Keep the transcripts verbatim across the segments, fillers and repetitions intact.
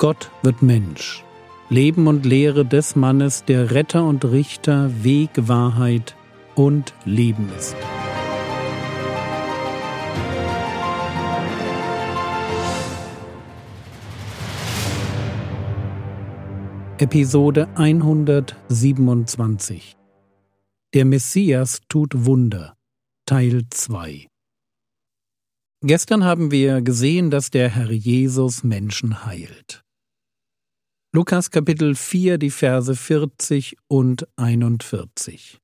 Gott wird Mensch. Leben und Lehre des Mannes, der Retter und Richter, Weg, Wahrheit und Leben ist. Episode hundertsiebenundzwanzig. Der Messias tut Wunder, Teil zwei. Gestern haben wir gesehen, dass der Herr Jesus Menschen heilt. Lukas Kapitel vier, die Verse vierzig und einundvierzig.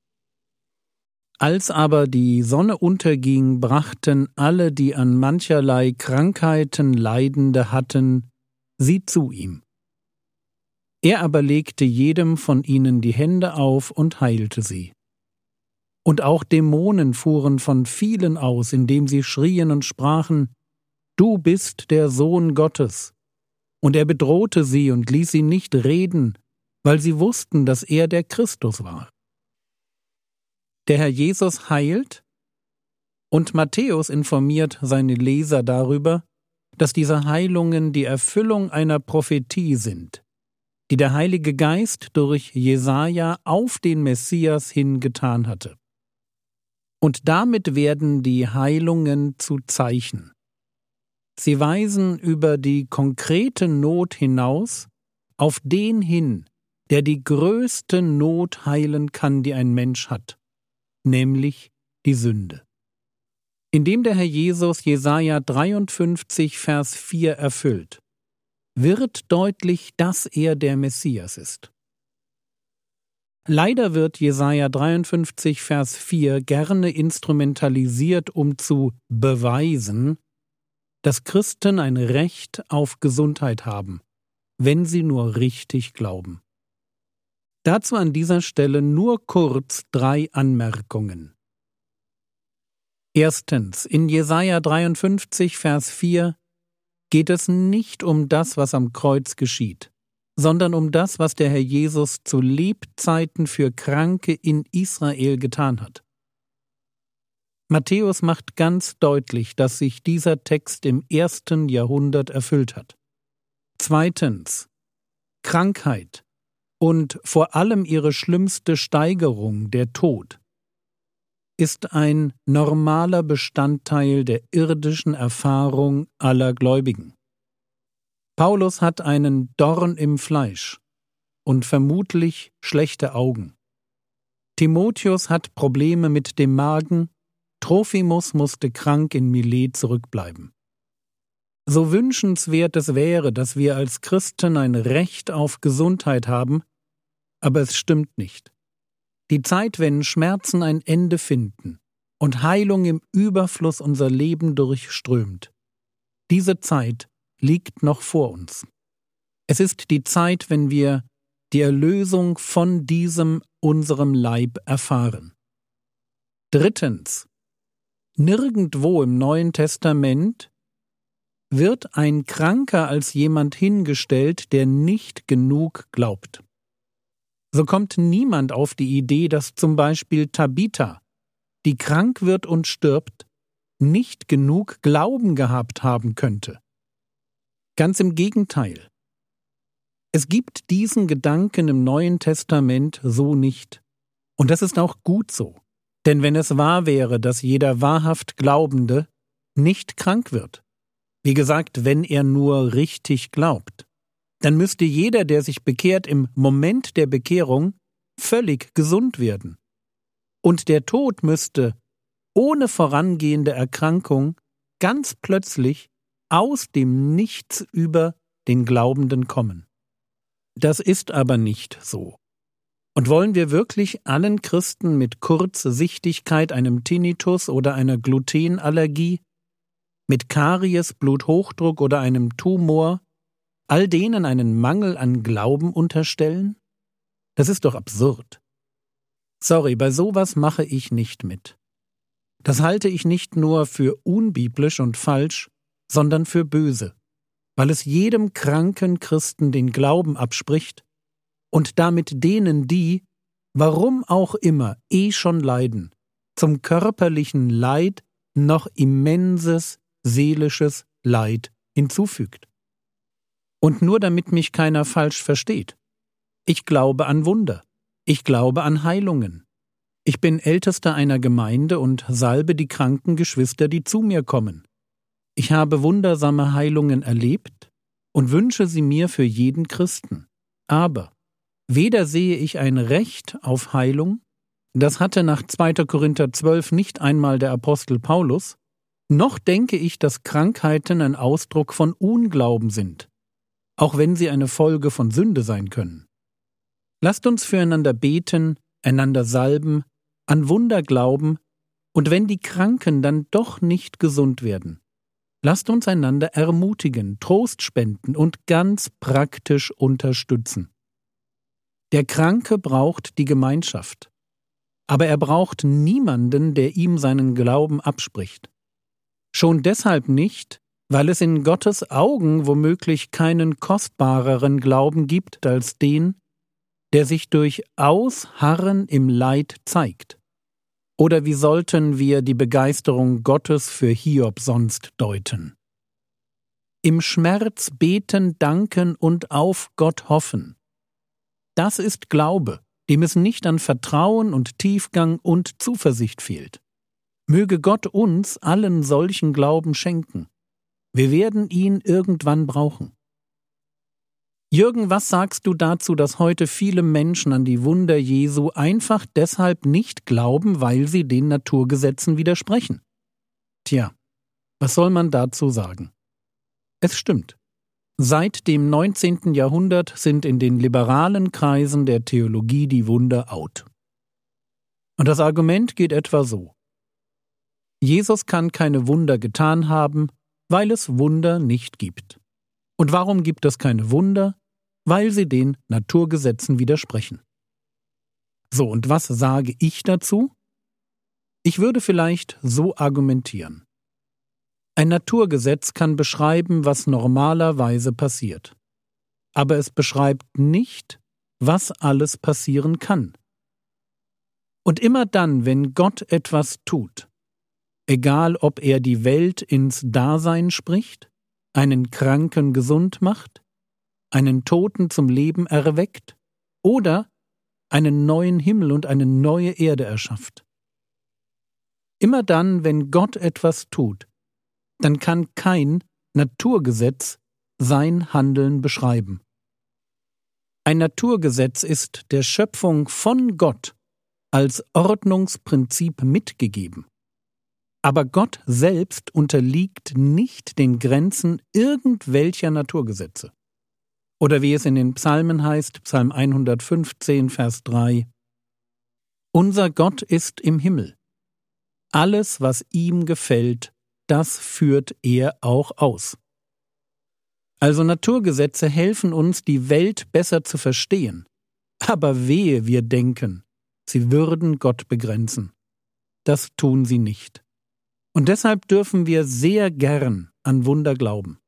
Als aber die Sonne unterging, brachten alle, die an mancherlei Krankheiten Leidende hatten, sie zu ihm. Er aber legte jedem von ihnen die Hände auf und heilte sie. Und auch Dämonen fuhren von vielen aus, indem sie schrien und sprachen: Du bist der Sohn Gottes. Und er bedrohte sie und ließ sie nicht reden, weil sie wussten, dass er der Christus war. Der Herr Jesus heilt, und Matthäus informiert seine Leser darüber, dass diese Heilungen die Erfüllung einer Prophetie sind, die der Heilige Geist durch Jesaja auf den Messias hingetan hatte. Und damit werden die Heilungen zu Zeichen. Sie weisen über die konkrete Not hinaus auf den hin, der die größte Not heilen kann, die ein Mensch hat, nämlich die Sünde. Indem der Herr Jesus Jesaja dreiundfünfzig, Vers vier erfüllt, wird deutlich, dass er der Messias ist. Leider wird Jesaja dreiundfünfzig, Vers vier gerne instrumentalisiert, um zu beweisen, dass Christen ein Recht auf Gesundheit haben, wenn sie nur richtig glauben. Dazu an dieser Stelle nur kurz drei Anmerkungen. Erstens, in Jesaja dreiundfünfzig, Vers vier geht es nicht um das, was am Kreuz geschieht, sondern um das, was der Herr Jesus zu Lebzeiten für Kranke in Israel getan hat. Matthäus macht ganz deutlich, dass sich dieser Text im ersten Jahrhundert erfüllt hat. Zweitens, Krankheit und vor allem ihre schlimmste Steigerung, der Tod, ist ein normaler Bestandteil der irdischen Erfahrung aller Gläubigen. Paulus hat einen Dorn im Fleisch und vermutlich schlechte Augen. Timotheus hat Probleme mit dem Magen. Trophimus musste krank in Milet zurückbleiben. So wünschenswert es wäre, dass wir als Christen ein Recht auf Gesundheit haben, aber es stimmt nicht. Die Zeit, wenn Schmerzen ein Ende finden und Heilung im Überfluss unser Leben durchströmt, diese Zeit liegt noch vor uns. Es ist die Zeit, wenn wir die Erlösung von diesem unserem Leib erfahren. Drittens, nirgendwo im Neuen Testament wird ein Kranker als jemand hingestellt, der nicht genug glaubt. So kommt niemand auf die Idee, dass zum Beispiel Tabitha, die krank wird und stirbt, nicht genug Glauben gehabt haben könnte. Ganz im Gegenteil. Es gibt diesen Gedanken im Neuen Testament so nicht. Und das ist auch gut so. Denn wenn es wahr wäre, dass jeder wahrhaft Glaubende nicht krank wird, wie gesagt, wenn er nur richtig glaubt, dann müsste jeder, der sich bekehrt, im Moment der Bekehrung völlig gesund werden. Und der Tod müsste, ohne vorangehende Erkrankung, ganz plötzlich aus dem Nichts über den Glaubenden kommen. Das ist aber nicht so. Und wollen wir wirklich allen Christen mit Kurzsichtigkeit, einem Tinnitus oder einer Glutenallergie, mit Karies, Bluthochdruck oder einem Tumor, all denen einen Mangel an Glauben unterstellen? Das ist doch absurd. Sorry, bei sowas mache ich nicht mit. Das halte ich nicht nur für unbiblisch und falsch, sondern für böse, weil es jedem kranken Christen den Glauben abspricht und damit denen, die, warum auch immer, eh schon leiden, zum körperlichen Leid noch immenses seelisches Leid hinzufügt. Und nur damit mich keiner falsch versteht. Ich glaube an Wunder. Ich glaube an Heilungen. Ich bin Ältester einer Gemeinde und salbe die kranken Geschwister, die zu mir kommen. Ich habe wundersame Heilungen erlebt und wünsche sie mir für jeden Christen. Aber weder sehe ich ein Recht auf Heilung, das hatte nach zweiter Korinther zwölf nicht einmal der Apostel Paulus, noch denke ich, dass Krankheiten ein Ausdruck von Unglauben sind, auch wenn sie eine Folge von Sünde sein können. Lasst uns füreinander beten, einander salben, an Wunder glauben, und wenn die Kranken dann doch nicht gesund werden, lasst uns einander ermutigen, Trost spenden und ganz praktisch unterstützen. Der Kranke braucht die Gemeinschaft, aber er braucht niemanden, der ihm seinen Glauben abspricht. Schon deshalb nicht, weil es in Gottes Augen womöglich keinen kostbareren Glauben gibt als den, der sich durch Ausharren im Leid zeigt. Oder wie sollten wir die Begeisterung Gottes für Hiob sonst deuten? Im Schmerz beten, danken und auf Gott hoffen. Das ist Glaube, dem es nicht an Vertrauen und Tiefgang und Zuversicht fehlt. Möge Gott uns allen solchen Glauben schenken. Wir werden ihn irgendwann brauchen. Jürgen, was sagst du dazu, dass heute viele Menschen an die Wunder Jesu einfach deshalb nicht glauben, weil sie den Naturgesetzen widersprechen? Tja, was soll man dazu sagen? Es stimmt. Seit dem neunzehnten Jahrhundert sind in den liberalen Kreisen der Theologie die Wunder out. Und das Argument geht etwa so: Jesus kann keine Wunder getan haben, weil es Wunder nicht gibt. Und warum gibt es keine Wunder? Weil sie den Naturgesetzen widersprechen. So, und was sage ich dazu? Ich würde vielleicht so argumentieren. Ein Naturgesetz kann beschreiben, was normalerweise passiert. Aber es beschreibt nicht, was alles passieren kann. Und immer dann, wenn Gott etwas tut, egal ob er die Welt ins Dasein spricht, einen Kranken gesund macht, einen Toten zum Leben erweckt oder einen neuen Himmel und eine neue Erde erschafft. Immer dann, wenn Gott etwas tut, dann kann kein Naturgesetz sein Handeln beschreiben. Ein Naturgesetz ist der Schöpfung von Gott als Ordnungsprinzip mitgegeben. Aber Gott selbst unterliegt nicht den Grenzen irgendwelcher Naturgesetze. Oder wie es in den Psalmen heißt, Psalm hundertfünfzehn, Vers drei: Unser Gott ist im Himmel. Alles, was ihm gefällt, das führt er auch aus. Also Naturgesetze helfen uns, die Welt besser zu verstehen. Aber wehe, wir denken, sie würden Gott begrenzen. Das tun sie nicht. Und deshalb dürfen wir sehr gern an Wunder glauben.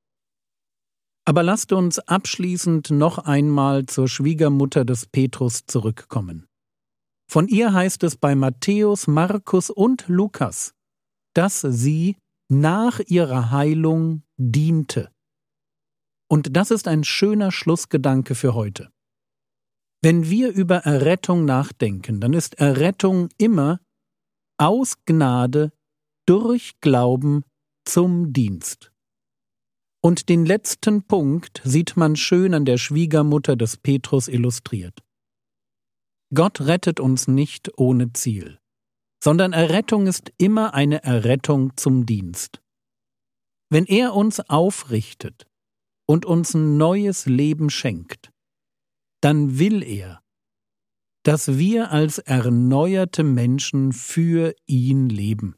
Aber lasst uns abschließend noch einmal zur Schwiegermutter des Petrus zurückkommen. Von ihr heißt es bei Matthäus, Markus und Lukas, dass sie nach ihrer Heilung diente. Und das ist ein schöner Schlussgedanke für heute. Wenn wir über Errettung nachdenken, dann ist Errettung immer aus Gnade durch Glauben zum Dienst. Und den letzten Punkt sieht man schön an der Schwiegermutter des Petrus illustriert. Gott rettet uns nicht ohne Ziel, sondern Errettung ist immer eine Errettung zum Dienst. Wenn er uns aufrichtet und uns ein neues Leben schenkt, dann will er, dass wir als erneuerte Menschen für ihn leben.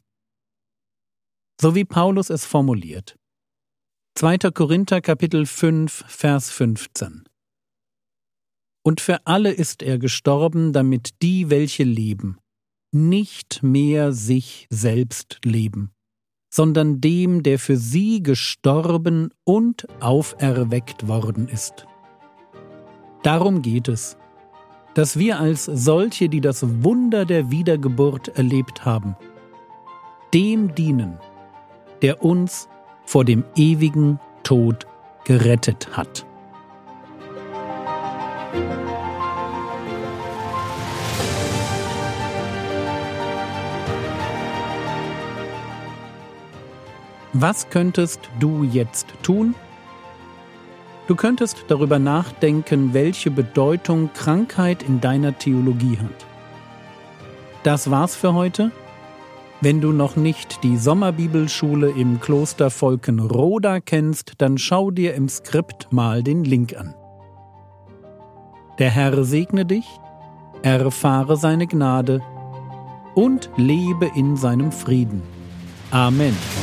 So wie Paulus es formuliert. zweiter Korinther Kapitel fünf, Vers fünfzehn. Und für alle ist er gestorben, damit die, welche leben, nicht mehr sich selbst leben, sondern dem, der für sie gestorben und auferweckt worden ist. Darum geht es, dass wir als solche, die das Wunder der Wiedergeburt erlebt haben, dem dienen, der uns vor dem ewigen Tod gerettet hat. Was könntest du jetzt tun? Du könntest darüber nachdenken, welche Bedeutung Krankheit in deiner Theologie hat. Das war's für heute. Wenn du noch nicht die Sommerbibelschule im Kloster Volkenroda kennst, dann schau dir im Skript mal den Link an. Der Herr segne dich, erfahre seine Gnade und lebe in seinem Frieden. Amen.